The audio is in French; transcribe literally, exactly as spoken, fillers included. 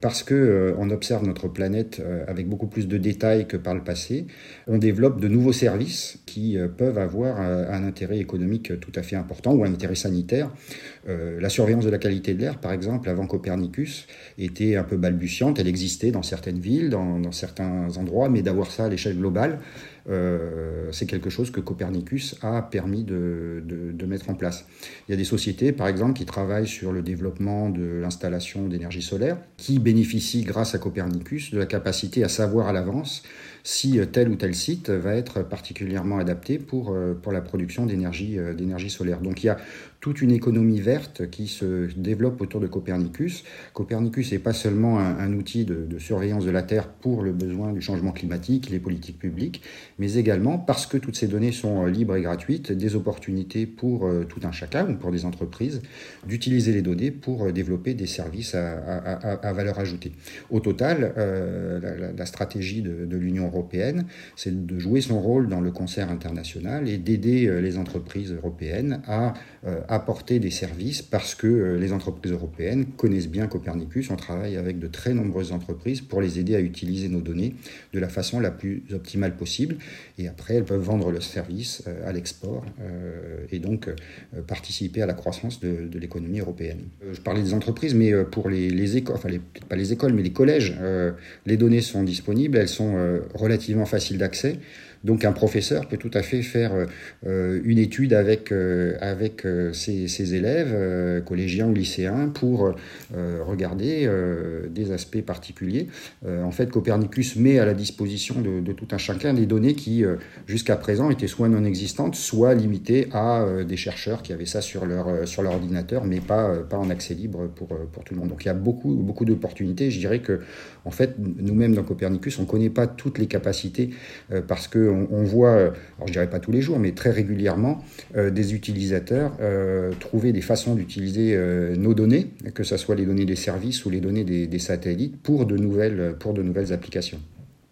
Parce que euh, on observe notre planète euh, avec beaucoup plus de détails que par le passé, on développe de nouveaux services qui euh, peuvent avoir euh, un intérêt économique tout à fait important ou un intérêt sanitaire. Euh, la surveillance de la qualité de l'air, par exemple, avant Copernicus, était un peu balbutiante. Elle existait dans certaines villes, dans, dans certains endroits, mais d'avoir ça à l'échelle globale, euh, c'est quelque chose que Copernicus a permis de, de, de mettre en place. Il y a des sociétés, par exemple, qui travaillent sur le développement de l'installation d'énergie solaire, qui bénéficient, grâce à Copernicus, de la capacité à savoir à l'avance si tel ou tel site va être particulièrement adapté pour, pour la production d'énergie, d'énergie solaire. Donc il y a toute une économie verte qui se développe autour de Copernicus. Copernicus n'est pas seulement un, un outil de, de surveillance de la Terre pour le besoin du changement climatique, les politiques publiques, mais également parce que toutes ces données sont libres et gratuites, des opportunités pour euh, tout un chacun ou pour des entreprises d'utiliser les données pour développer des services à, à, à, à valeur ajoutée. Au total, euh, la, la stratégie de, de l'Union européenne, c'est de jouer son rôle dans le concert international et d'aider les entreprises européennes à euh, apporter des services parce que euh, les entreprises européennes connaissent bien Copernicus. On travaille avec de très nombreuses entreprises pour les aider à utiliser nos données de la façon la plus optimale possible. Et après, elles peuvent vendre le service euh, à l'export euh, et donc euh, participer à la croissance de, de l'économie européenne. Euh, je parlais des entreprises, mais euh, pour les, les écoles, enfin les, peut-être pas les écoles, mais les collèges, euh, les données sont disponibles, elles sont euh, relativement faciles d'accès. Donc un professeur peut tout à fait faire euh, une étude avec, euh, avec euh, ses, ses élèves, euh, collégiens ou lycéens, pour euh, regarder euh, des aspects particuliers. Euh, en fait, Copernicus met à la disposition de, de tout un chacun des données qui, euh, jusqu'à présent, étaient soit non existantes, soit limitées à euh, des chercheurs qui avaient ça sur leur, euh, sur leur ordinateur, mais pas, euh, pas en accès libre pour, euh, pour tout le monde. Donc il y a beaucoup, beaucoup d'opportunités. Je dirais que, en fait, nous-mêmes dans Copernicus, on ne connaît pas toutes les capacités euh, parce que On, on voit, alors je dirais pas tous les jours, mais très régulièrement, euh, des utilisateurs euh, trouver des façons d'utiliser euh, nos données, que ce soit les données des services ou les données des, des satellites, pour de nouvelles, pour de nouvelles applications.